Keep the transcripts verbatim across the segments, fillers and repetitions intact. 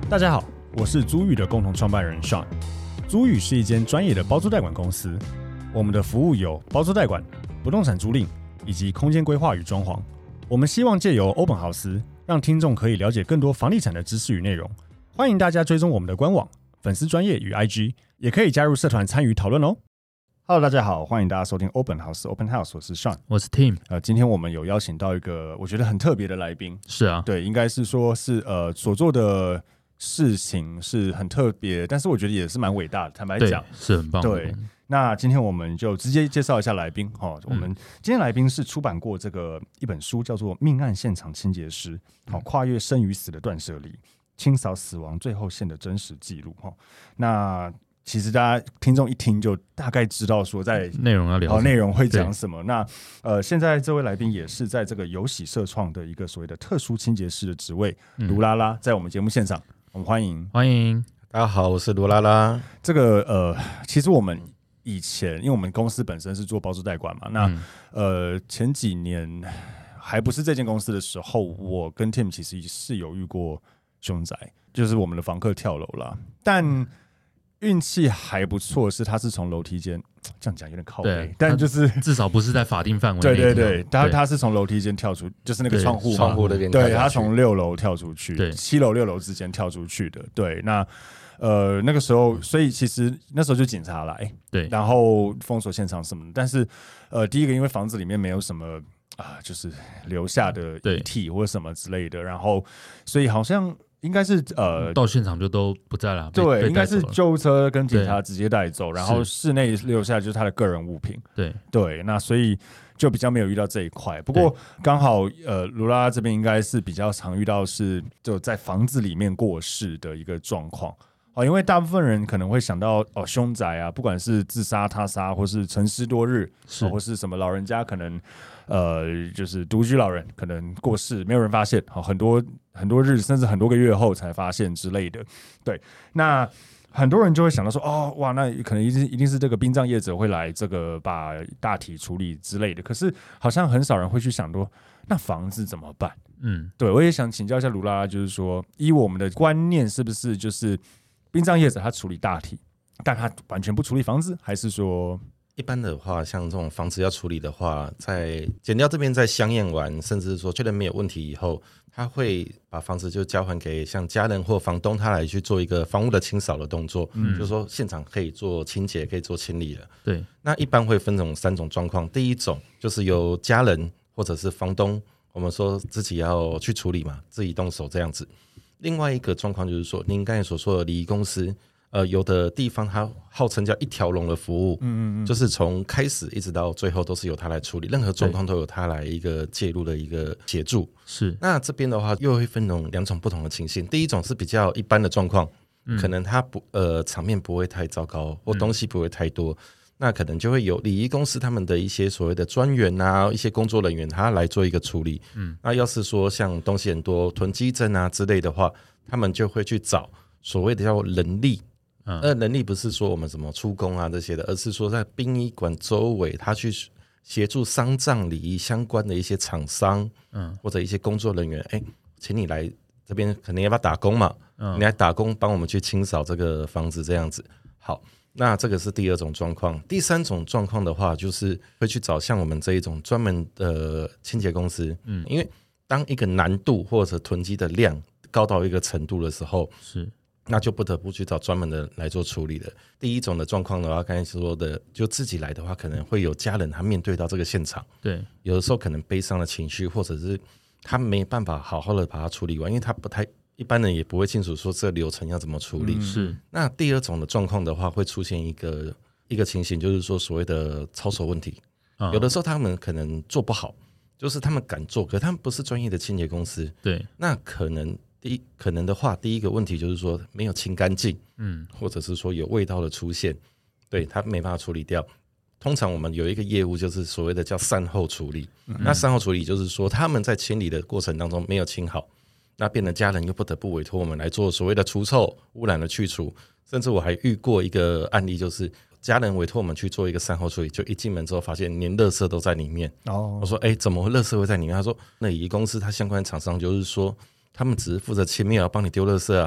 大家好，我是租宇的共同创办人 Sean。租宇是一间专业的包租代管公司，我们的服务有包租代管、不动产租赁以及空间规划与装潢。我们希望借由欧本豪斯，让听众可以了解更多房地产的知识与内容。欢迎大家追踪我们的官网、粉丝专页与 I G， 也可以加入社团参与讨论哦。Hello， 大家好，欢迎大家收听 Open House Open House， 我是 Sean， 我是 Tim。 呃，今天我们有邀请到一个我觉得很特别的来宾。 是啊， 对，应该是说是呃所做的事情是很特别，但是我觉得也是蛮伟大的。坦白讲， 是很棒的。 对，那今天我们就直接介绍一下来宾哈、哦。我们今天来宾是出版过这个一本书，叫做《命案现场清洁师》，好、哦，跨越生与死的断舍离，清扫死亡最后线的真实记录哈、哦。那其实大家听众一听就大概知道说在内容要聊什么， 内容会讲什么。那呃，现在这位来宾也是在这个有喜社创的一个所谓的特殊清洁师的职位，嗯、卢拉拉在我们节目现场，我们欢迎欢迎大家好，我是卢拉拉。 这个呃，其实我们以前因为我们公司本身是做包租代管嘛，那、嗯、呃前几年还不是这间公司的时候，我跟 Tim 其实是有遇过凶宅，就是我们的房客跳楼啦，但运气还不错，是他是从楼梯间，这样讲有点靠北，但就是至少不是在法定范围内。 对对对，他他是从楼梯间跳出，就是那个窗户嘛， 窗户那边， 对，他从六楼跳出去，七楼六楼之间跳出去的。对，那呃那个时候，所以其实那时候就警察来， 对， 然后封锁现场什么的。但是呃，第一个因为房子里面没有什么啊、呃，就是留下的遗体或者什么之类的，然后所以好像。应该是呃， 到现场就都不在了。 对，应该是救护车跟警察直接带走，然后室内留下就是他的个人物品。 对对，那所以就比较没有遇到这一块。不过刚好呃，卢拉拉这边应该是比较常遇到是就在房子里面过世的一个状况。哦，因为大部分人可能会想到哦，凶宅啊，不管是自杀、他杀，或是沉尸多日，是哦、或是什么老人家可能呃，就是独居老人可能过世，没有人发现，好、哦、很多很多日，甚至很多个月后才发现之类的。对，那很多人就会想到说，哦，哇，那可能一定一定是这个殡葬业者会来这个把大体处理之类的。可是好像很少人会去想说，那房子怎么办？嗯，对，我也想请教一下卢拉拉，就是说，依我们的观念，是不是就是殡葬业者他处理大体，但他完全不处理房子，还是说？ 一般的话，像这种房子要处理的话，在检调这边在相验完，甚至说确认没有问题以后，他会把房子就交还给像家人或房东，他来去做一个房屋的清扫的动作，嗯，就是说现场可以做清洁，可以做清理了。 对， 那一般会分成三种状况，第一种就是由家人或者是房东，我们说自己要去处理嘛，自己动手这样子。另外一个状况就是说，您刚才所说的礼仪公司。呃，有的地方它号称叫一条龙的服务，嗯嗯嗯，就是从开始一直到最后都是由他来处理，任何状况都有他来一个介入的一个协助。 是， 那这边的话又会分成两种不同的情形，第一种是比较一般的状况，嗯、可能它不呃场面不会太糟糕，或东西不会太多，嗯、那可能就会有礼仪公司他们的一些所谓的专员啊，一些工作人员他来做一个处理。嗯，那要是说像东西很多囤积症啊之类的话，他们就会去找所谓的叫人力。那能力不是说我们什么出工啊这些的，而是说在殡仪馆周围，他去协助丧葬礼仪相关的一些厂商，嗯，或者一些工作人员，哎、欸，请你来这边，肯定要不要打工嘛？嗯，你来打工，帮我们去清扫这个房子，这样子。好，那这个是第二种状况。第三种状况的话，就是会去找像我们这一种专门的清洁公司，嗯，因为当一个难度或者囤积的量高到一个程度的时候， 是。 那就不得不去找专门的来做处理的。第一种的状况的话，刚才说的，就自己来的话，可能会有家人他面对到这个现场， 对， 有的时候可能悲伤的情绪，或者是他没办法好好的把它处理完，因为他不太一般人也不会清楚说这个流程要怎么处理。嗯、 是。 那第二种的状况的话，会出现一个一个情形，就是说所谓的操守问题。嗯、有的时候他们可能做不好，就是他们敢做，可是他们不是专业的清洁公司。 对， 那可能。第一可能的话，第一个问题就是说没有清干净，嗯，或者是说有味道的出现，对，它没办法处理掉。通常我们有一个业务就是所谓的叫善后处理，嗯、那善后处理就是说他们在清理的过程当中没有清好，那变成家人又不得不委托我们来做所谓的除臭、污染的去除，甚至我还遇过一个案例，就是家人委托我们去做一个善后处理，就一进门之后发现连垃圾都在里面。哦，我说哎、欸，怎么会垃圾会在里面？他说那礼仪公司他相关厂商就是说。他们只是负责清，没有要帮你丢垃圾啊，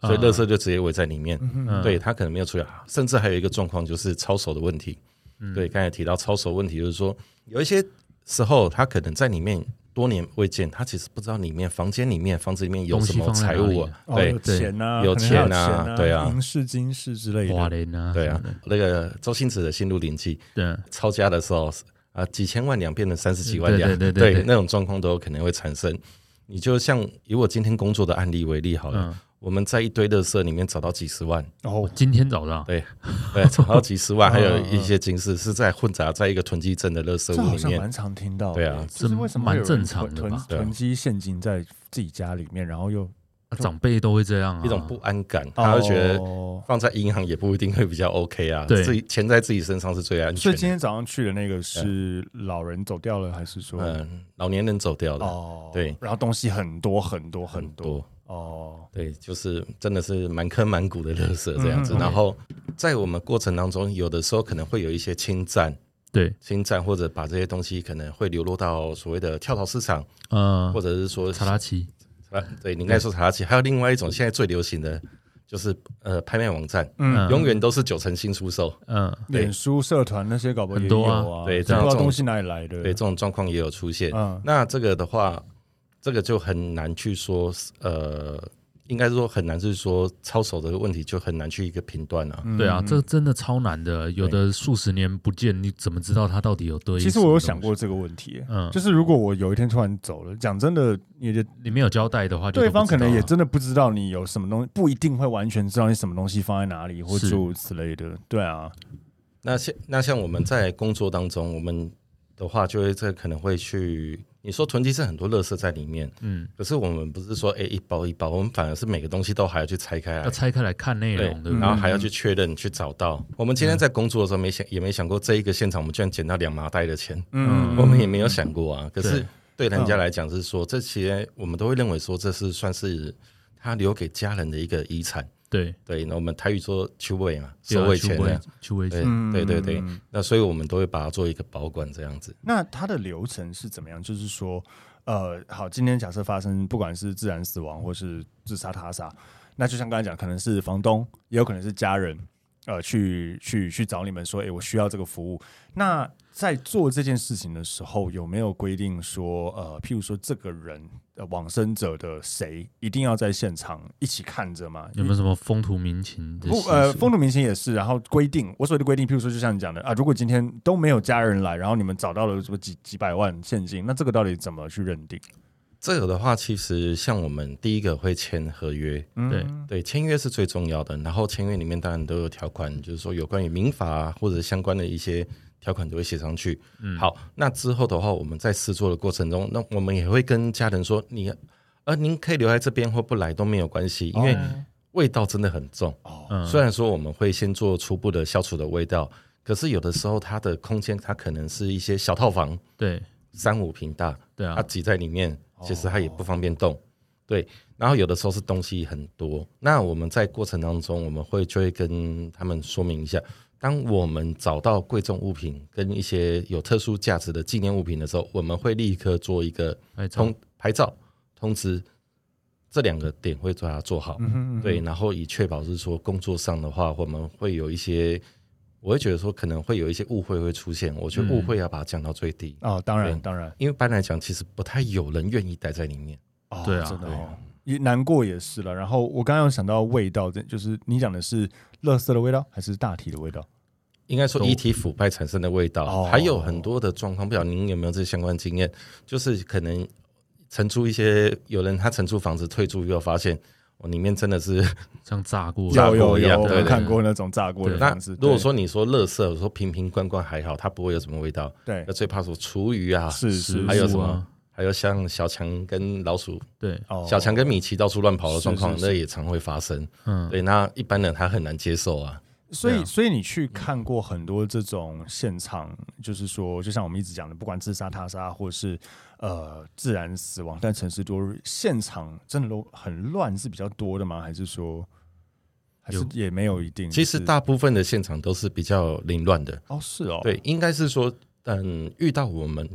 所以垃圾就直接围在里面。 嗯对，他可能没有处理好，甚至还有一个状况就是抄手的问题。 嗯对，刚才提到抄手问题，就是说有一些时候他可能在里面多年未见，他其实不知道里面房间里面房子里面有什么财物啊，对， 哦有钱啊， 有钱啊可能还有对啊银饰金饰之类花的， 莲啊， 对啊什么的， 那个周星驰的《心路灵记》 对， 抄家的时候啊，几千万两变成三十几万两， 对对对对对那种状况都有可能会产生。你就像以我今天工作的案例为例好了， 嗯， 我们在一堆垃圾里面找到几十万， 我哦， 今天找到， 对对，找到几十万，还有嗯嗯一些金饰是在混杂在一个囤积症的垃圾这屋里面。 好像蛮常听到的， 对啊就是为什么会有人这蛮正常的囤吧对啊囤积现金在自己家里面，然后又啊长辈都会这样啊， 一种不安感，他会觉得哦放在银行也不一定会比较 OK 啊， 对自己钱在自己身上是最安全的。 所以今天早上去的那个是老人走掉了，还是说嗯，老年人走掉的， 哦， 对， 然后东西很多很多很多多， 哦， 对，就是真的是满坑满谷的垃圾这样子。 嗯嗯然后在我们过程当中，有的时候可能会有一些侵占。 对， 侵占或者把这些东西可能会流落到所谓的跳蚤市场， 呃， 或者是说查拉奇， 啊，对你应该说查拉奇，还有另外一种现在最流行的就是呃拍卖网站， 嗯， 永远都是九成新出售， 嗯， 对脸书社团那些搞不好也有很多啊啊， 对不知道这种东西哪里来的， 对这种状况也有出现。 嗯那这个的话，这个就很难去说，呃，应该说很难，就是说操守的问题就很难去一个评断啊。 嗯对啊，这真的超难的，有的数十年不见，你怎么知道它到底有堆？ 其实我有想过，这个问题， 嗯， 就是如果我有一天突然走了，讲真的，你的你没有交代的话，就对方可能也都不知道啊真的不知道你有什么东西，不一定会完全知道你什么东西放在哪里或是诸如此类的。对啊， 那像那像我们在工作当中，我们的话就会这可能会去，你说囤积是很多垃圾在里面， 嗯， 可是我们不是说哎、一包一包，我们反而是每个东西都还要去拆开来要。拆开来看内对容，对不嗯对？ 然后还要去确认、去找到。我们今天在工作的时候，没想也没想过这一个现场，我们居然捡到两麻袋的钱， 嗯我们也没有想过啊。可是对对人家来讲是说，这些我们都会认为说，这是算是他留给家人的一个遗产。 对， 对，那我们台语说去尾嘛， 对啊收尾钱的， 去尾对钱， 对对对嗯。 那所以我们都会把它做一个保管这样子。 那它的流程是怎么样？就是说，呃，好，今天假设发生不管是自然死亡或是自杀他杀，那就像刚才讲，可能是房东，也有可能是家人，呃，去去去找你们说，哎、我需要这个服务。那在做这件事情的时候，有没有规定说，呃，譬如说这个人、呃、往生者的谁一定要在现场一起看着吗？ 有没有什么风土民情的习俗？ 不呃，风土民情也是，然后规定，我所谓的规定，譬如说，就像你讲的啊，如果今天都没有家人来，然后你们找到了什么几几百万现金，那这个到底怎么去认定？ 这个的话，其实像我们第一个会签合约， 嗯对对，签约是最重要的。然后签约里面当然都有条款，就是说有关于民法、啊、或者相关的一些条款都会写上去。 嗯好，那之后的话，我们在施作的过程中，那我们也会跟家人说，你呃，您可以留在这边或不来都没有关系，因为味道真的很重。 哦， 嗯虽然说我们会先做初步的消除的味道，可是有的时候它的空间，它可能是一些小套房， 对三五平大， 对啊它，挤在里面，其实它也不方便动。对，然后有的时候是东西很多，那我们在过程当中，我们会就会跟他们说明一下，当我们找到贵重物品跟一些有特殊价值的纪念物品的时候，我们会立刻做一个拍照通拍照通知，这两个点会把它做好。 嗯哼嗯哼对，然后以确保是说工作上的话，我们会有一些，我会觉得说可能会有一些误会会出现，我觉得误会要把它降到最低， 哦，当然对当然， 因为一般来讲，其实不太有人愿意待在里面。 哦， 对啊真的哦，也难过也是了。然后我刚刚有想到味道，这就是你讲的是垃圾的味道还是大体的味道？ 应该说遗体腐败产生的味道， 哦还有很多的状况，不晓得您有没有这些相关经验？就是可能承租一些，有人他承租房子退租以后发现，我里面真的是像炸过， 炸有有有， 过一样对对我看过那种炸过的对那房子。 如果说你说垃圾，我说瓶瓶罐罐还好，它不会有什么味道。 对那，最怕说厨余啊， 是是， 还有什么食物啊？ 还有像小强跟老鼠、 对， 哦小强跟米奇到处乱跑的状况， 是是是那也常会发生。 嗯， 对，那一般人他很难接受啊。 所以， 对啊所以你去看过很多这种现场，就是说，就像我们一直讲的，不管自杀、他杀，或是呃自然死亡，但陈氏多日现场真的都很乱，是比较多的吗？还是说，还是有也没有一定？ 其实是大部分的现场都是比较凌乱的。 哦是哦， 对，应该是说，嗯，遇到我们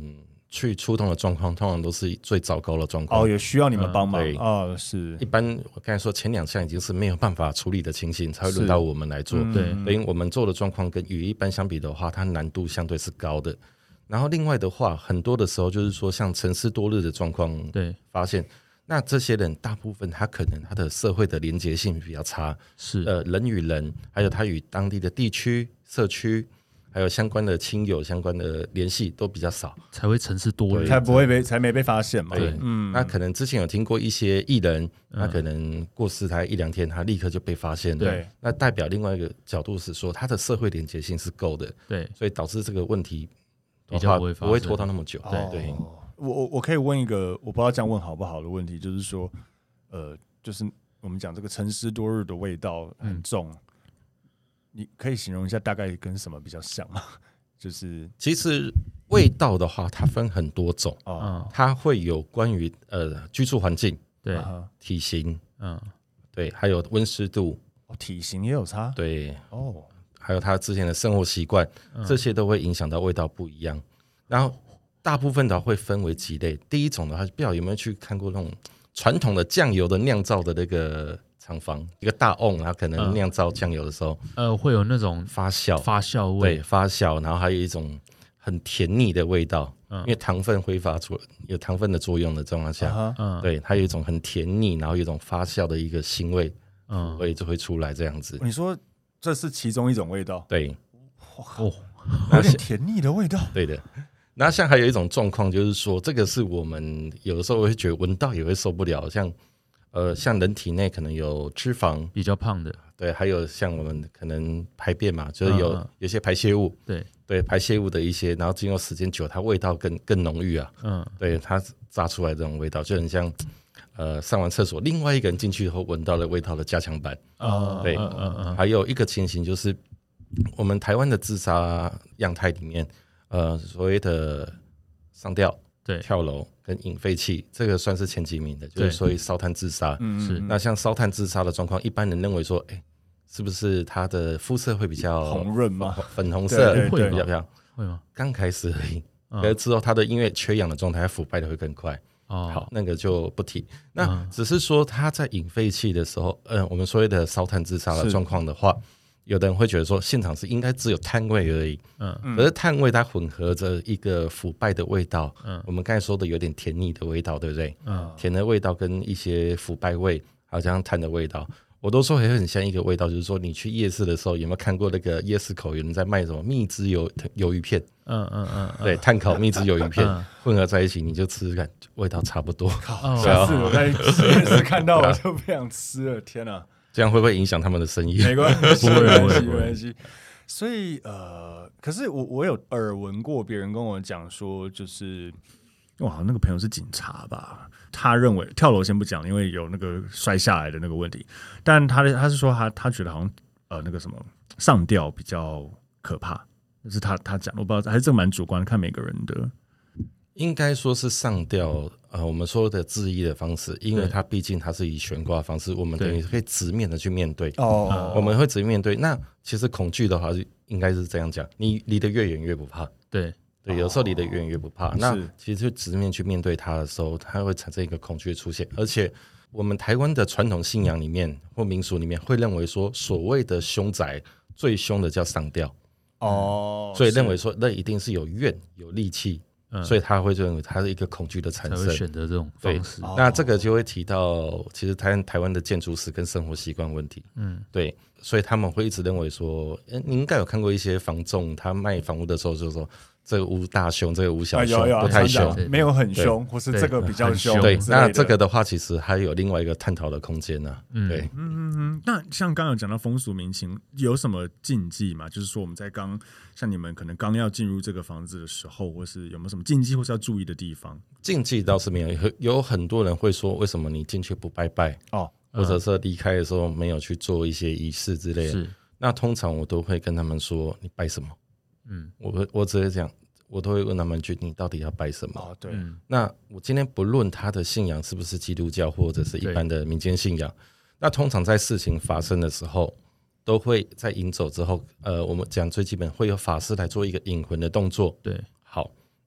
去出动的状况，通常都是最糟糕的状况。 哦，也需要你们帮忙、 嗯、 哦，是。 一般我刚才说前两项已经是没有办法处理的情形，才会轮到我们来做。 对， 所以我们做的状况跟与一般相比的话，它难度相对是高的。然后另外的话，很多的时候就是说，像沉思多日的状况， 对， 发现那这些人大部分他可能他的社会的连结性比较差， 是呃，人与人，还有他与当地的地区、社区。还有相关的亲友、相关的联系都比较少， 才会沉思多日， 才不会被才没被发现嘛。 对， 嗯， 那可能之前有听过一些艺人，他可能过世才一两天，他立刻就被发现了。 对， 那代表另外一个角度是说，他的社会连结性是够的， 对， 所以导致这个问题比较不会不会拖到那么久。 对对， 我我我可以问一个我不知道这样问好不好的问题，就是说，呃，就是我们讲这个沉思多日的味道很重，嗯、你可以形容一下大概跟什么比较像吗？就是其实味道的话，它分很多种，哦、它会有关于呃居住环境， 对， 体型， 嗯， 对，还有温湿度， 哦，体型也有差， 对， 哦， 还有他之前的生活习惯，嗯、这些都会影响到味道不一样。然后大部分的会分为几类，第一种的话，不知道有没有去看过那种传统的酱油的酿造的那个。厂房一个大瓮，它可能酿造酱油的时候， 呃，会有那种发酵发酵味， 对，发酵，然后还有一种很甜腻的味道，嗯、因为糖分挥发出有糖分的作用的状况下，嗯、对，它有一种很甜腻，然后有一种发酵的一个腥味，嗯，味就会出来这样子。 你说这是其中一种味道， 对， 哦，有点甜腻的味道， 对的。那像还有一种状况，就是说这个是我们有的时候会觉得闻到也会受不了，像。呃，像人体内可能有脂肪比较胖的， 对，还有像我们可能排便嘛，就是有、嗯、有些排泄物， 对对，排泄物的一些，然后经过时间久，它味道更更浓郁啊，嗯，对，它炸出来这种味道就很像，呃，上完厕所，另外一个人进去以后闻到的味道的加强版，啊、嗯，对，嗯嗯嗯，还有一个情形就是我们台湾的自杀样态里面，呃，所谓的上吊。 对， 跳楼跟引废气，这个算是前几名的，就是所谓烧炭自杀。 是那像烧炭自杀的状况，一般人认为说，哎、欸，是不是他的肤色会比较红润吗？ 粉红色会比较漂亮， 会吗？ 刚开始而已，而、嗯、之后他的因为缺氧的状态，腐败的会更快。 哦， 好，那个就不提。那只是说他在引废气的时候，嗯、呃，我们所谓的烧炭自杀的状况的话。有的人会觉得说，现场是应该只有炭味而已，嗯，可是炭味它混合着一个腐败的味道，嗯，我们刚才说的有点甜腻的味道，对不对？嗯，甜的味道跟一些腐败味，好像炭的味道，我都说也很像一个味道，就是说你去夜市的时候，有没有看过那个夜市口有人在卖什么蜜汁鱿鱿鱼片？ 嗯嗯嗯， 对，炭烤蜜汁鱿鱼片、嗯、混合在一起，你就吃看味道差不多。 下次我在夜市看到我就不想吃了，天哪！ 这样会不会影响他们的生意？ 没关系，没关系，没关系。所以呃，可是我我有耳闻过别人跟我讲说，就是哇，那个朋友是警察吧？他认为跳楼先不讲，因为有那个摔下来的那个问题，但他他是说他他觉得好像呃那个什么上吊比较可怕，就是他他讲，我不知道，还是这个蛮主观，看每个人的。 应该说是上吊，呃，我们说的质疑的方式，因为它毕竟它是以悬挂的方式，我们等于可以直面的去面对。哦，我们会直面面对。那其实恐惧的话，应该是这样讲：你离得越远越不怕。 对对，有时候离得越远越不怕。哦、那其实就直面去面对它的时候，它会产生一个恐惧的出现。而且我们台湾的传统信仰里面或民俗里面会认为说，所谓的凶宅最凶的叫上吊。哦，所以认为说那一定是有怨有戾气。嗯、所以他会认为他是一个恐惧的产生， 才会选择这种方式。 那这个就会提到，其实台湾台湾的建筑史跟生活习惯问题。嗯，对，所以他们会一直认为说，欸、你应该有看过一些房仲，他卖房屋的时候就说，这个屋大凶，这个屋小凶， 啊、 不太凶， 没有很凶，或是这个比较凶。 对，那这个的话，其实还有另外一个探讨的空间呢、啊。嗯，对， 嗯嗯嗯。那像刚刚有讲到风俗民情，有什么禁忌吗？就是说我们在刚像你们可能刚要进入这个房子的时候，或是有没有什么禁忌，或是要注意的地方？ 禁忌倒是没有，有很多人会说，为什么你进去不拜拜？哦，或者是离开的时候没有去做一些仪式之类的。是，那通常我都会跟他们说，你拜什么？嗯，我我直接讲。我都会问他们去，你到底要拜什么？哦，对。那我今天不论他的信仰是不是基督教或者是一般的民间信仰，那通常在事情发生的时候，都会在引走之后，呃，我们讲最基本会有法师来做一个引魂的动作。 对， 好，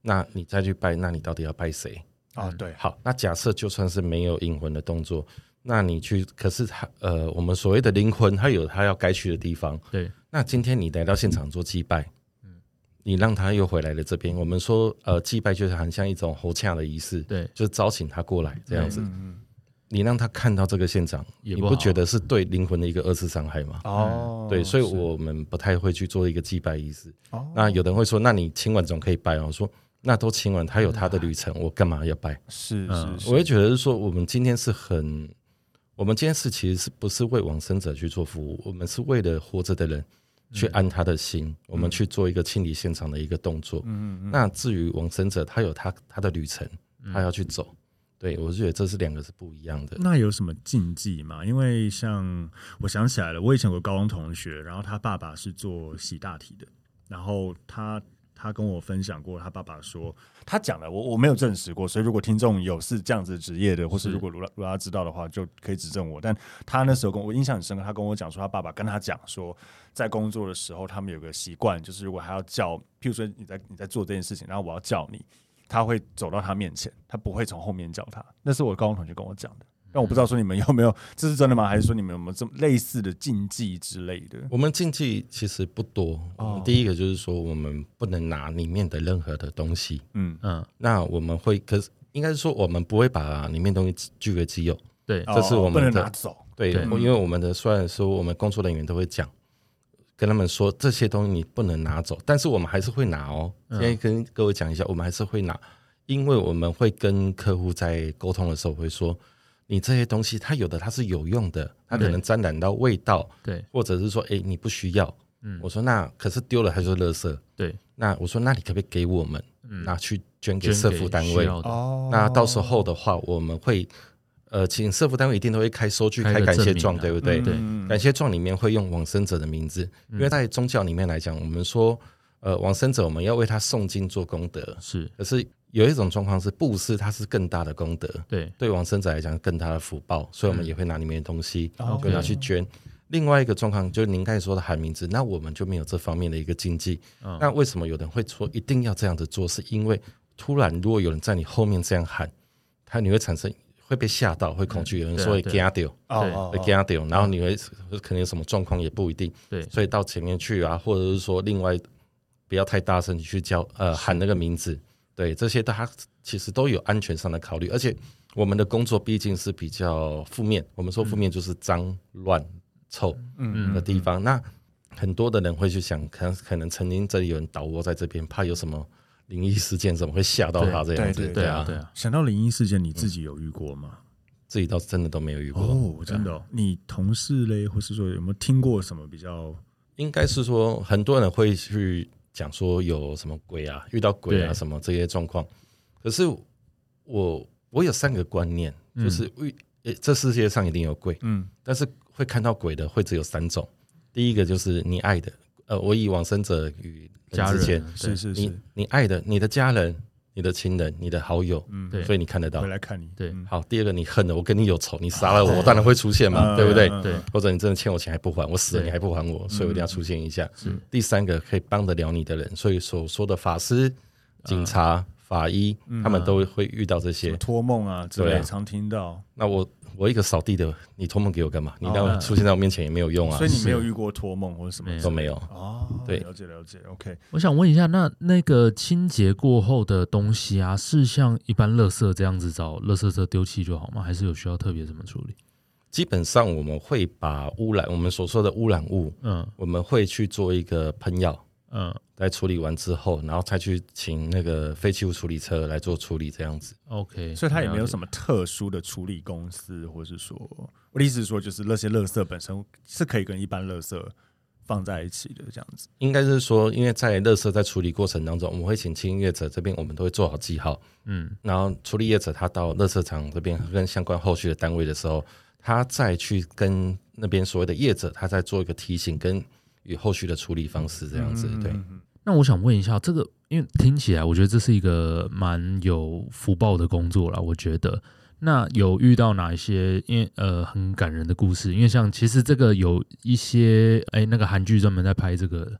那你再去拜，那你到底要拜谁？ 啊，对， 好，那假设就算是没有引魂的动作，那你去，可是他呃，我们所谓的灵魂，它有它要该去的地方。 对， 那今天你来到现场做祭拜，嗯，你让他又回来了这边。我们说，呃，祭拜就是很像一种侯洽的仪式， 对， 就是招请他过来这样子。 嗯你让他看到这个现场， 也不好你不觉得是对灵魂的一个二次伤害吗？ 哦， 对，所以是我们不太会去做一个祭拜仪式。 哦那有人会说，那你请完总可以拜哦。我说，那都请完，他有他的旅程，我干嘛要拜？ 是嗯是， 我会觉得是说，我们今天是很，我们今天是其实是不是为往生者去做服务？我们是为了活着的人去安他的心，嗯、我们去做一个清理现场的一个动作。嗯嗯那至于往生者，他有他他的旅程，他要去走。对，我觉得这是两个是不一样的。 那有什么禁忌吗？因为像我想起来了，我以前有个高中同学，然后他爸爸是做洗大体的，然后他他跟我分享过，他爸爸说， 他讲的我我没有证实过，所以如果听众有是这样子职业的，或是如果卢拉卢拉知道的话，就可以指正我。但他那时候跟我印象很深刻，他跟我讲说，他爸爸跟他讲说，在工作的时候，他们有个习惯，就是如果还要叫，譬如说你在你在做这件事情，然后我要叫你。他会走到他面前，他不会从后面叫他。那是我高中同学跟我讲的，但我不知道说你们有没有，这是真的吗？还是说你们有没有这么类似的禁忌之类的？ 我们禁忌其实不多。哦、第一个就是说，我们不能拿里面的任何的东西。嗯嗯，那我们会，可是应该是说，我们不会把里面东西据为己有。 对， 这是我们的、 哦、不能拿走。 对，对因为我们的虽然说我们工作人员都会讲。跟他们说这些东西你不能拿走，但是我们还是会拿哦。现在跟各位讲一下，我们还是会拿，因为我们会跟客户在沟通的时候会说，你这些东西它有的它是有用的，它可能沾染到味道，对，或者是说哎你不需要，嗯，我说那可是丢了它就是垃圾，对，那我说那你可不可以给我们，嗯、拿去捐给社福单位？哦，那到时候的话我们会。呃，请社福单位一定都会开收据、开感谢状，对不对？对，感谢状里面会用往生者的名字，因为在宗教里面来讲，我们说，呃，往生者我们要为他诵经做功德，是。可是有一种状况是布施，它是更大的功德，对，对往生者来讲更大的福报，所以我们也会拿里面的东西，会拿去捐。另外一个状况就是您刚才说的喊名字，那我们就没有这方面的一个禁忌。那为什么有人会说一定要这样子做？是因为突然如果有人在你后面这样喊，他你会产生。会被吓到，会恐惧。有人说会惊到，会惊到，然后你会可能有什么状况也不一定。对，所以到前面去啊，或者是说另外不要太大声去叫呃喊那个名字。对，这些它其实都有安全上的考虑，而且我们的工作毕竟是比较负面。我们说负面就是脏、乱、臭的地方。嗯、那很多的人会去想，可能可能曾经这里有人倒卧在这边，怕有什么。灵异事件怎么会吓到他这样子？ 对对 对, 对, 啊对啊！想到灵异事件，你自己有遇过吗？ 嗯、自己倒是真的都没有遇过哦，真的、哦。你同事嘞，或是说有没有听过什么比较？ 应该是说，很多人会去讲说有什么鬼啊，遇到鬼啊什么这些状况。可是我我有三个观念，就是、嗯、这世界上一定有鬼，嗯，但是会看到鬼的会只有三种。第一个就是你爱的，呃，我以往生者与人之间， 是是是， 你你爱的，你的家人、你的亲人、你的好友，嗯，所以你看得到， 回来看你， 对。好，第二个你恨的，我跟你有仇，你杀了我，我当然会出现嘛，对不对？对。或者你真的欠我钱还不还，我死了你还不还我，所以我一定要出现一下。第三个可以帮得了你的人，所以所说的法师、警察、法医，他们都会遇到这些托梦啊之类，常听到。 那我。我一个扫地的，你托梦给我干嘛？你让我出现在我面前也没有用啊。 所以你没有遇过托梦或者什么都没有哦。对，了解了解。OK， 我想问一下，那那个清洁过后的东西啊，是像一般垃圾这样子找垃圾车丢弃就好吗？还是有需要特别怎么处理？ 基本上我们会把污染，我们所说的污染物，嗯，我们会去做一个喷药。嗯，在处理完之后，然后再去请那个废弃物处理车来做处理，这样子。 OK， 所以它也没有什么特殊的处理公司，或是说，我的意思是说，就是那些垃圾本身是可以跟一般垃圾放在一起的，这样子。 应该是说，因为在垃圾在处理过程当中，我们会请清业者这边，我们都会做好记号。嗯，然后处理业者他到垃圾场这边跟相关后续的单位的时候，他再去跟那边所谓的业者，他再做一个提醒跟。与后续的处理方式这样子，对。 那我想问一下，这个因为听起来，我觉得这是一个蛮有福报的工作啦。我觉得，那有遇到哪一些因为呃很感人的故事？因为像其实这个有一些哎、欸，那个韩剧专门在拍这个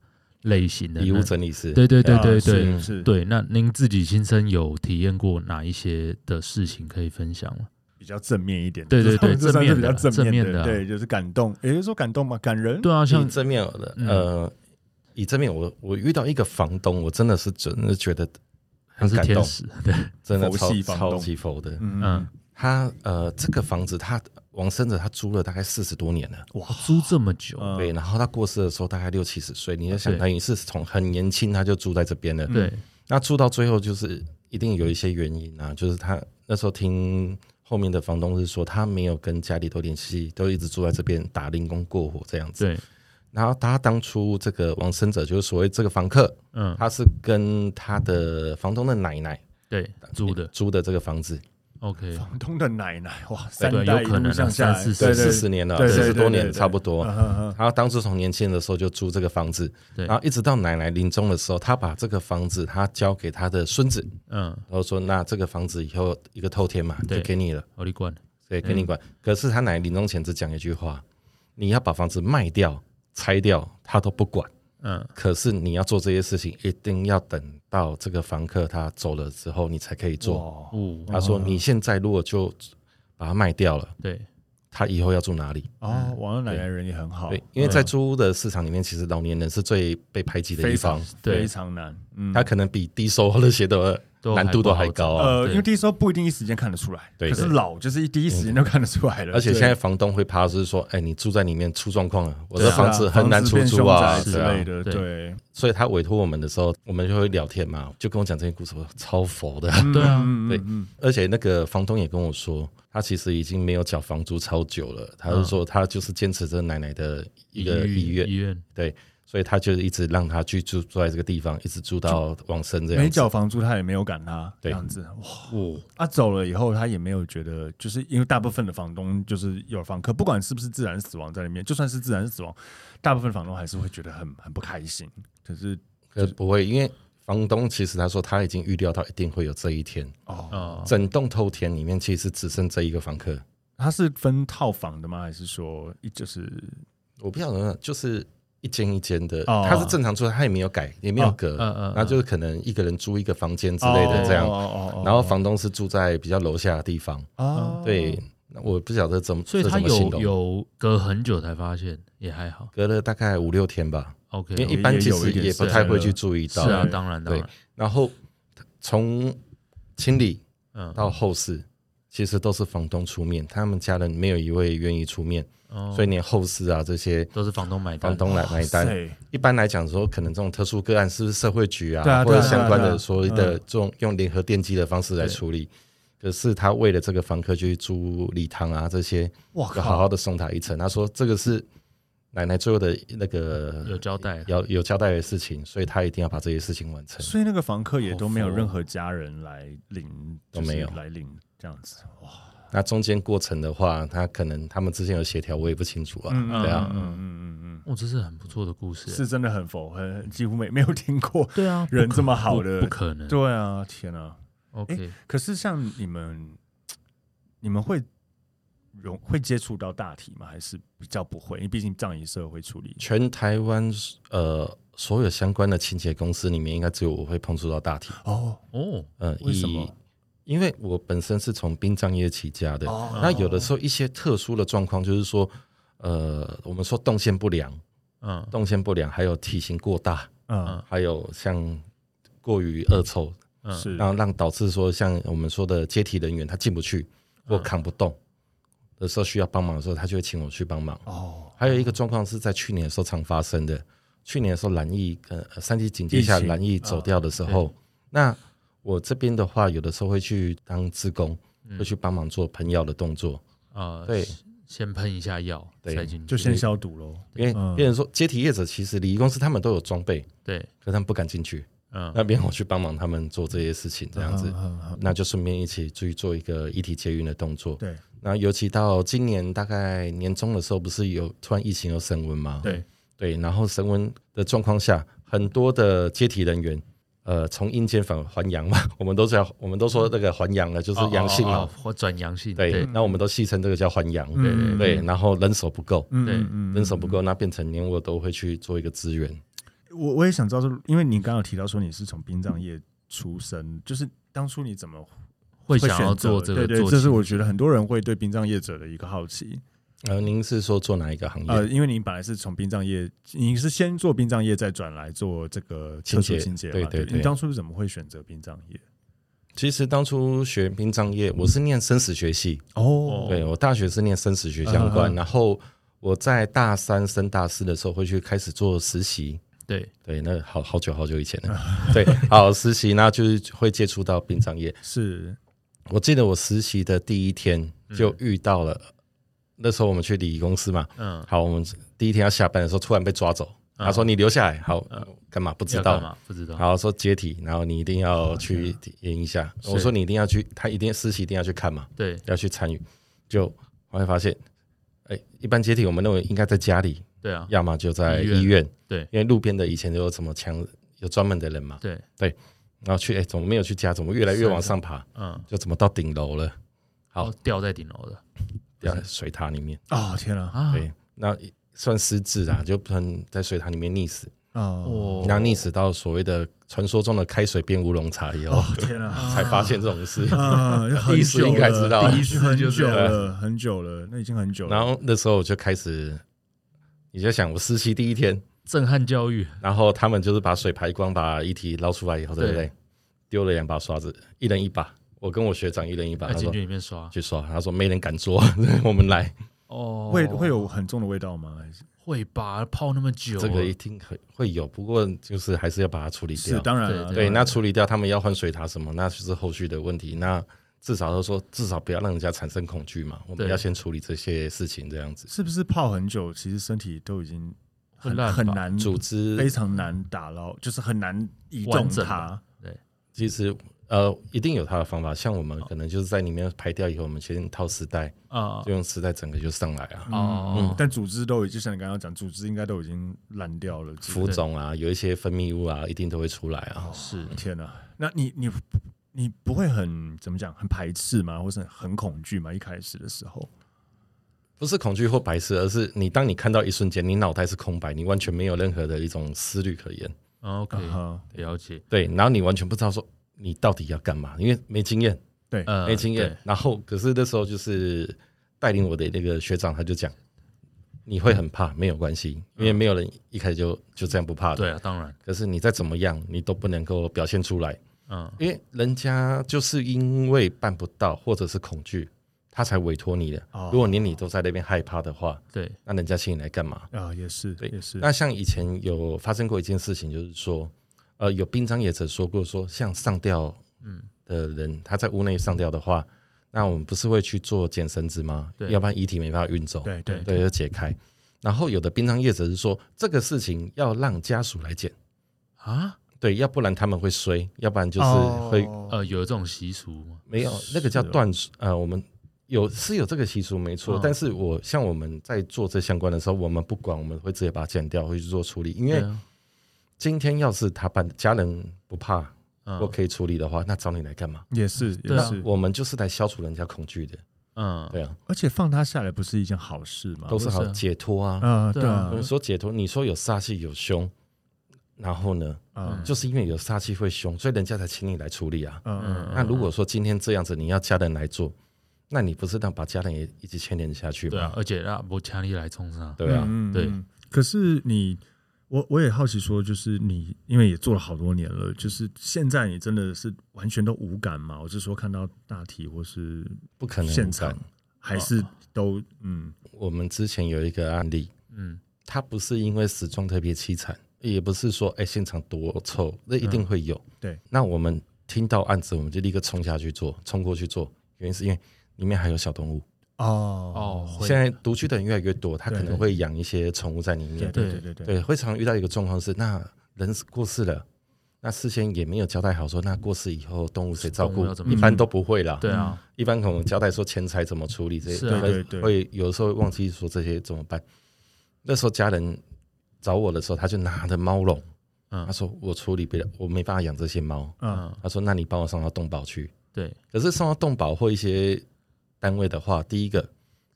类型的遗物整理师， 对对对对啊对、 是是对。那您自己亲身有体验过哪一些的事情可以分享吗？ 比较正面一点， 对对对这算是比较正正面的， 面的啊对，就是感动，也就是说感动嘛，感人， 对啊， 以像正面的，呃，以正面我我遇到一个房东，我真的是真的觉得他是很感动， 天使，对， 真的超佛系房东超级佛的。 嗯嗯， 他呃，这个房子他往生者他租了大概四十多年了， 哇，租这么久， 嗯对，然后他过世的时候大概六七十岁，你就想对他也是从很年轻他就住在这边了， 对， 那住到最后就是一定有一些原因啊，就是他那时候听后面的房东是说他没有跟家里头联系，都一直住在这边打零工过活这样子。 对， 然后他当初这个往生者就是所谓这个房客， 嗯， 他是跟他的房东的奶奶对，租的租的这个房子， ，OK， 房东的奶奶，哇，三对代一路有可能啊向下来， 三四十对对四十年了， 对对四十多年对对对差不多。 嗯嗯嗯他当初从年轻的时候就租这个房子， 对然后一直到奶奶临终的时候，他把这个房子他交给他的孙子， 嗯， 然后说那这个房子以后一个透天嘛，就对给你了。 奥利冠， 对，给你管。可是他奶奶临终前只讲一句话：你要把房子卖掉、拆掉，他都不管。 嗯， 可是你要做这些事情，一定要等到这个房客他走了之后，你才可以做。 哇哦， 他说：你现在如果就把它卖掉了， 对， 他以后要住哪里？ 哦，王二奶奶人也很好， 对，因为在租屋的市场里面，其实老年人是最被排挤的一非常方， 对非常难，嗯， 他可能比低收那些的都难度都还不好找高啊。 呃， 对因为第一时候不一定一时间看得出来， 对可是对老就是一第一时间就看得出来了， 而且对现在房东会怕，是说，哎，你住在里面出状况了，我对啊的房子很难出租啊房子变凶宅之对啊类的， 对对， 所以他委托我们的时候，我们就会聊天嘛，就跟我讲这些故事，我超佛的。 对啊对嗯嗯嗯而且那个房东也跟我说，他其实已经没有缴房租超久了，他就说他就是坚持着奶奶的一个意愿， 医院， 对，所以他就一直让他去住住在这个地方，一直住到往生这样子。 没缴房租他也没有赶他，这对样子，哇， 哦， 他走了以后，他也没有觉得，就是因为大部分的房东就是有房客，不管是不是自然死亡在里面，就算是自然死亡，大部分房东还是会觉得很很不开心。可是可不会，因为房东其实他说他已经预料到一定会有这一天， 哦， 哦， 整栋透天里面其实只剩这一个房客。 他是分套房的吗？还是说一就是我不晓得，就是一间一间的， 哦他是正常住，他也没有改，也没有隔， 嗯嗯， 那就是可能一个人租一个房间之类的这样。 哦哦哦哦然后房东是住在比较楼下的地方， 哦， 对，那我不晓得怎么， 所以他有这怎么形容有隔很久才发现，也还好隔了大概五六天吧， ，OK， 因为一般其实也有一点也不太会去注意到。 是啊， 对当然当然， 然后从清理嗯， 到后事，其实都是房东出面，他们家人没有一位愿意出面， 哦所以连后事啊这些都是房东买单， 房东来买单。 塞一般来讲说，可能这种特殊个案是不是社会局啊， 对啊或者对啊相关的对啊所谓的这种用联合电机的方式来处理。可是他为了这个房客去租礼堂啊这些， 哇就好好的送他一程。他说这个是奶奶最后的那个有交代， 有有交代的事情，所以他一定要把这些事情完成。 所以那个房客也都没有好佛任何家人来领， 都没有就是来领这样子，哇， 那中间过程的话，他可能他们之间有协调，我也不清楚啊。 嗯对啊， 嗯嗯嗯嗯哦，这是很不错的故事嗯，，是真的很佛，很几乎没没有听过对啊，不可人这么好的不不可能对啊，天啊！ ，OK， 可是像你们，你们会容会接触到大体吗？还是比较不会？因为毕竟葬仪社会处理。 全台湾呃所有相关的清洁公司里面，应该只有我会碰触到大体。 哦， 哦， 呃， 为什么以？因为我本身是从殡葬业起家的， 哦那有的时候一些特殊的状况，就是说，呃，我们说动线不良， 嗯动线不良，还有体型过大， 嗯， 还有像过于恶臭， 嗯， 是然后让导致说像我们说的接体人员他进不去或扛不动的时候需要帮忙的时候，他就会请我去帮忙。 哦， 还有一个状况是在去年的时候常发生的，去年的时候蓝疫呃三级警戒下疫情蓝疫走掉的时候，那我这边的话有的时候会去当志工，会去帮忙做喷药的动作， 呃， 对， 先喷一下药， 对塞进去， 就先消毒喽。 因为嗯别人说接体业者其实礼仪公司他们都有装备， 对， 可他们不敢进去， 嗯， 那边我去帮忙他们做这些事情，这样子， 嗯嗯嗯那就顺便一起去做一个遗体接运的动作。 对那尤其到今年大概年中的时候，不是有突然疫情有升温吗？ 对对，然后升温的状况下，很多的接体人员，呃，从阴间返还阳嘛，我们都叫我们都说那个还阳了，就是阳性嘛。 哦哦哦或转阳性， 对对， 那我们都戏称这个叫还阳。 嗯嗯对，然后人手不够， 嗯对嗯嗯人手不够，那变成连我都会去做一个支援。 我我也想知道说，因为你刚刚有提到说你是从殡葬业出身，就是当初你怎么会想要做这个？ 对对，这是我觉得很多人会对殡葬业者的一个好奇。 呃，您是说做哪一个行业？ 呃，因为您本来是从殡葬业，你是先做殡葬业，再转来做这个特殊清洁嘛？ 对对对。 你当初是怎么会选择殡葬业？ 其实当初学殡葬业，我是念生死学系哦，对我大学是念生死学相关，嗯、然后我在大三升大四的时候会去开始做实习。 对对，那好好久好久以前了。对，好实习，那就是会接触到殡葬业。 是我记得我实习的第一天就遇到了。嗯那时候我们去礼仪公司嘛，嗯，好，我们第一天要下班的时候，突然被抓走，嗯、他说你留下来，好，干、嗯、嘛？不知道， 嘛？不知道。 然后说接体，然后你一定要去验一下。我说你一定要去，他一定实习一定要去看嘛， 对， 要去参与。就我会发现，哎、欸，一般接体我们认为应该在家里， 对啊， 要么就在医院， 对， 因为路边的以前有什么枪，有专门的人嘛， 对对，然后去，哎、欸，怎么没有去家？怎么越来越往上爬？嗯，就怎么到顶楼了？好， 哦、掉在顶楼了。 掉在水塔里面哦，天啊！ 对，那算失智啊，就不能在水塔里面溺死哦， 然后溺死到所谓的传说中的开水变乌龙茶以后， 哦天啊， 才发现这种事啊， 意思应该知道， 第一次很久了，很久了，那已经很久了。 然后那时候我就开始，你就想我实习第一天， 震撼教育， 然后他们就是把水排光，把遗体捞出来以后，对不对？丢了两把刷子，一人一把。我跟我学长一人一把， 在进去里面刷， 去刷。他说没人敢做，我们来。 哦， 会会有很重的味道吗？还是会吧？泡那么久， 这个一定会会有，不过就是还是要把它处理掉。 是当然了， 对，那处理掉，他们要换水塔什么，那就是后续的问题。那至少都说，至少不要让人家产生恐惧嘛。我们要先处理这些事情，这样子。 是不是泡很久，其实身体都已经很很难， 组织非常难打捞，就是很难移动它。 对， 其实。呃，一定有它的方法，像我们可能就是在里面排掉以后，我们先套丝带啊，就用丝带整个就上来啊。 哦、嗯，但组织都已经像你刚刚讲，组织应该都已经烂掉了， 浮肿啊，有一些分泌物啊，一定都会出来啊。 是， 天哪，那你你你不会很怎么讲，很排斥吗？或是很恐惧吗？一开始的时候， 不是恐惧或排斥，而是你当你看到一瞬间，你脑袋是空白，你完全没有任何的一种思虑可言。 OK， 了解。 对，然后你完全不知道说。你到底要干嘛？因为没经验， 对， 没经验。然后，可是那时候就是带领我的那个学长，他就讲，你会很怕，没有关系，因为没有人一开始就就这样不怕的。 对啊，当然。 可是你再怎么样，你都不能够表现出来，嗯，因为人家就是因为办不到或者是恐惧，他才委托你的。哦、如果连你都在那边害怕的话， 对， 那人家请你来干嘛？ 啊、哦，也是， 对， 也是。 那像以前有发生过一件事情，就是说。呃，有殡葬业者说过说，像上吊的人，嗯、他在屋内上吊的话，那我们不是会去做剪绳子吗？对，要不然遗体没办法运走， 对对对，要解开。然后有的殡葬业者是说，这个事情要让家属来剪啊， 对，要不然他们会衰，要不然就是会、 哦、呃有这种习俗吗？ 没有，那个叫断呃，我们有是有这个习俗没错，哦、但是我像我们在做这相关的时候，我们不管，我们会直接把它剪掉，会去做处理，因为。今天要是他办家人不怕或可以处理的话，嗯、那找你来干嘛？ 也是，也是， 我们就是来消除人家恐惧的。嗯，对啊。 而且放他下来不是一件好事吗？ 都是好解脱啊。 啊，对啊。 我们说解脱，你说有煞气有凶，然后呢，嗯，就是因为有煞气会凶，所以人家才请你来处理啊。嗯嗯。那如果说今天这样子，你要家人来做，那你不是让把家人也一起牵连下去吗？ 对啊，而且让我强力来冲上。 对啊， 嗯、 对。 可是你。我我也好奇说，就是你因为也做了好多年了，就是现在你真的是完全都无感吗？我是说看到大体或是不可能现场，还是都嗯？ 我们之前有一个案例，嗯，他不是因为死状特别凄惨，也不是说哎、欸、现场多臭，那一定会有。嗯、 对， 那我们听到案子，我们就立刻冲下去做，冲过去做，原因是因为里面还有小动物。 哦哦，现在独居的人越来越多，他可能会养一些宠物在里面。 对对对 对, 对，会常遇到一个状况是，那人过世了，那事先也没有交代好说，那过世以后动物谁照顾？一般都不会啦。 对啊， 一般可能交代说钱财怎么处理这些， 对对对， 会有的时候忘记说这些怎么办。那时候家人找我的时候，他就拿着猫笼，嗯，他说我处理不了，我没办法养这些猫。嗯，他说那你帮我送到动保去。 对， 可是送到动保或一些单位的话，第一个。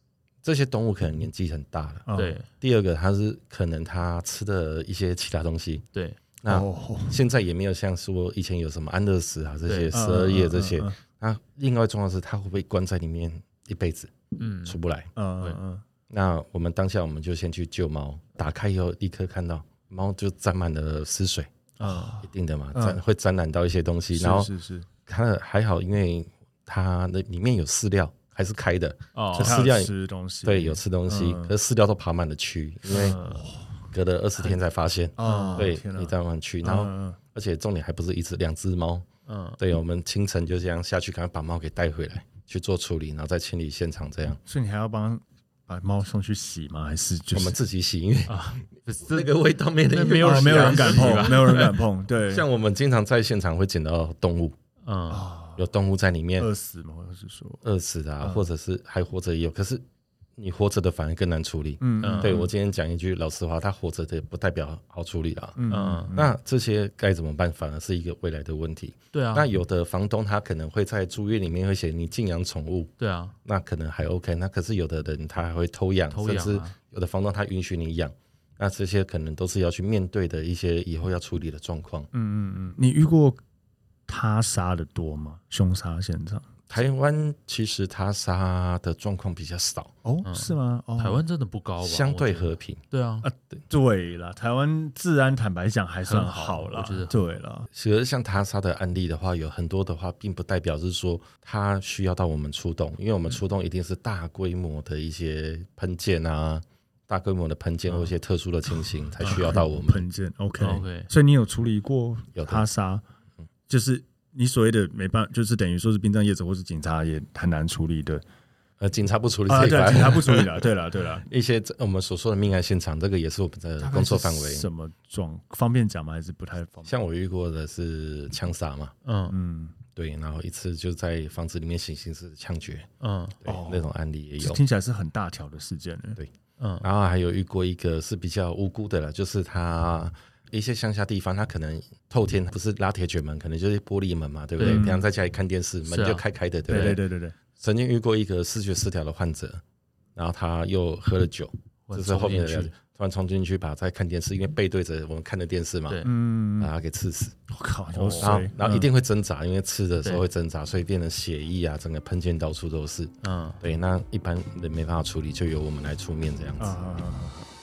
这些动物可能年纪很大了。 哦对第二个，它是可能它吃的一些其他东西。 对， 那哦现在也没有像说以前有什么安乐死啊这些对十二夜这些嗯嗯嗯。 那另外重要的是，它会不会关在里面一辈子嗯， 出不来？ 嗯嗯嗯那我们当下我们就先去救猫，打开以后立刻看到猫就沾满了尸水， 啊， 一定的嘛， 嗯沾会沾染到一些东西。 是然后是是， 它还好，因为它的里面有饲料，还是开的， 哦就饲料它有吃东西， 对，有吃东西， 嗯可是饲料都爬满了蛆，因为嗯隔了二十天才发现。 啊， 对， 天哪你在慢蛆，然后嗯嗯而且重点还不是一只两只猫， 嗯， 对，我们清晨就这样下去，赶快把猫给带回来去做处理，然后再清理现场。这样所以你还要帮把猫送去洗吗？还是就是我们自己洗，因为啊， 那个味道没人没有哦没有人敢碰， 吧没有人敢碰，对， 像我们经常在现场会捡到动物， 嗯啊有动物在里面饿死吗？或者是说， 饿死的啊， 嗯或者是还活着也有，可是你活着的反而更难处理。 嗯嗯对，我今天讲一句老实话，他活着的不代表好处理啦。 嗯嗯那这些该怎么办，反而是一个未来的问题。 对啊， 那有的房东他可能会在租约里面会写你禁养宠物， 对啊， 那可能还 OK。那可是有的人他还会偷养， 偷养啊甚至有的房东他允许你养，那这些可能都是要去面对的一些以后要处理的状况。 嗯嗯嗯，你遇过他杀的多吗？凶杀现场？ 台湾其实他杀的状况比较少， 哦， 嗯是吗？哦， 台湾真的不高吧？ 相对我觉得和平。 对啊， 对了，台湾治安坦白讲还算很好好啦， 我觉得对了， 其实像他杀的案例的话，有很多的话，并不代表是说他需要到我们出动，因为我们出动一定是大规模的一些喷溅啊，大规模的喷溅或一些特殊的情形才需要到我们。 喷溅，OK OK 所以你有处理过有的他杀，就是你所谓的没办法，就是等于说是殡葬业者或是警察也很难处理的呃，警察不处理啊，对， 这一块， 警察不处理了，对了对了， 一些我们所说的命案现场，这个也是我们的工作范围。 什么状方便讲吗？还是不太方便？ 像我遇过的是枪杀嘛， 嗯嗯， 对，然后一次就在房子里面行刑式枪决， 嗯对， 哦那种案例也有。 这听起来是很大条的事件呢。 对嗯然后还有遇过一个是比较无辜的了，就是他一些乡下地方，他可能透天不是拉铁卷门，可能就是玻璃门嘛，对不对？ 嗯平常在家里看电视，门是啊就开开的，对对不对？ 对对对对， 曾经遇过一个视觉失调的患者，然后他又喝了酒， 我这是后面的冲进去突然冲进去把在看电视，因为背对着我们看的电视嘛， 对嗯， 把他给刺死。 我靠，有然后水， 然后一定会挣扎，因为吃的时候对会挣扎，所以变成血液啊，整个喷溅到处都是。 嗯对，那一般人没办法处理，就由我们来出面这样子。 啊啊啊啊！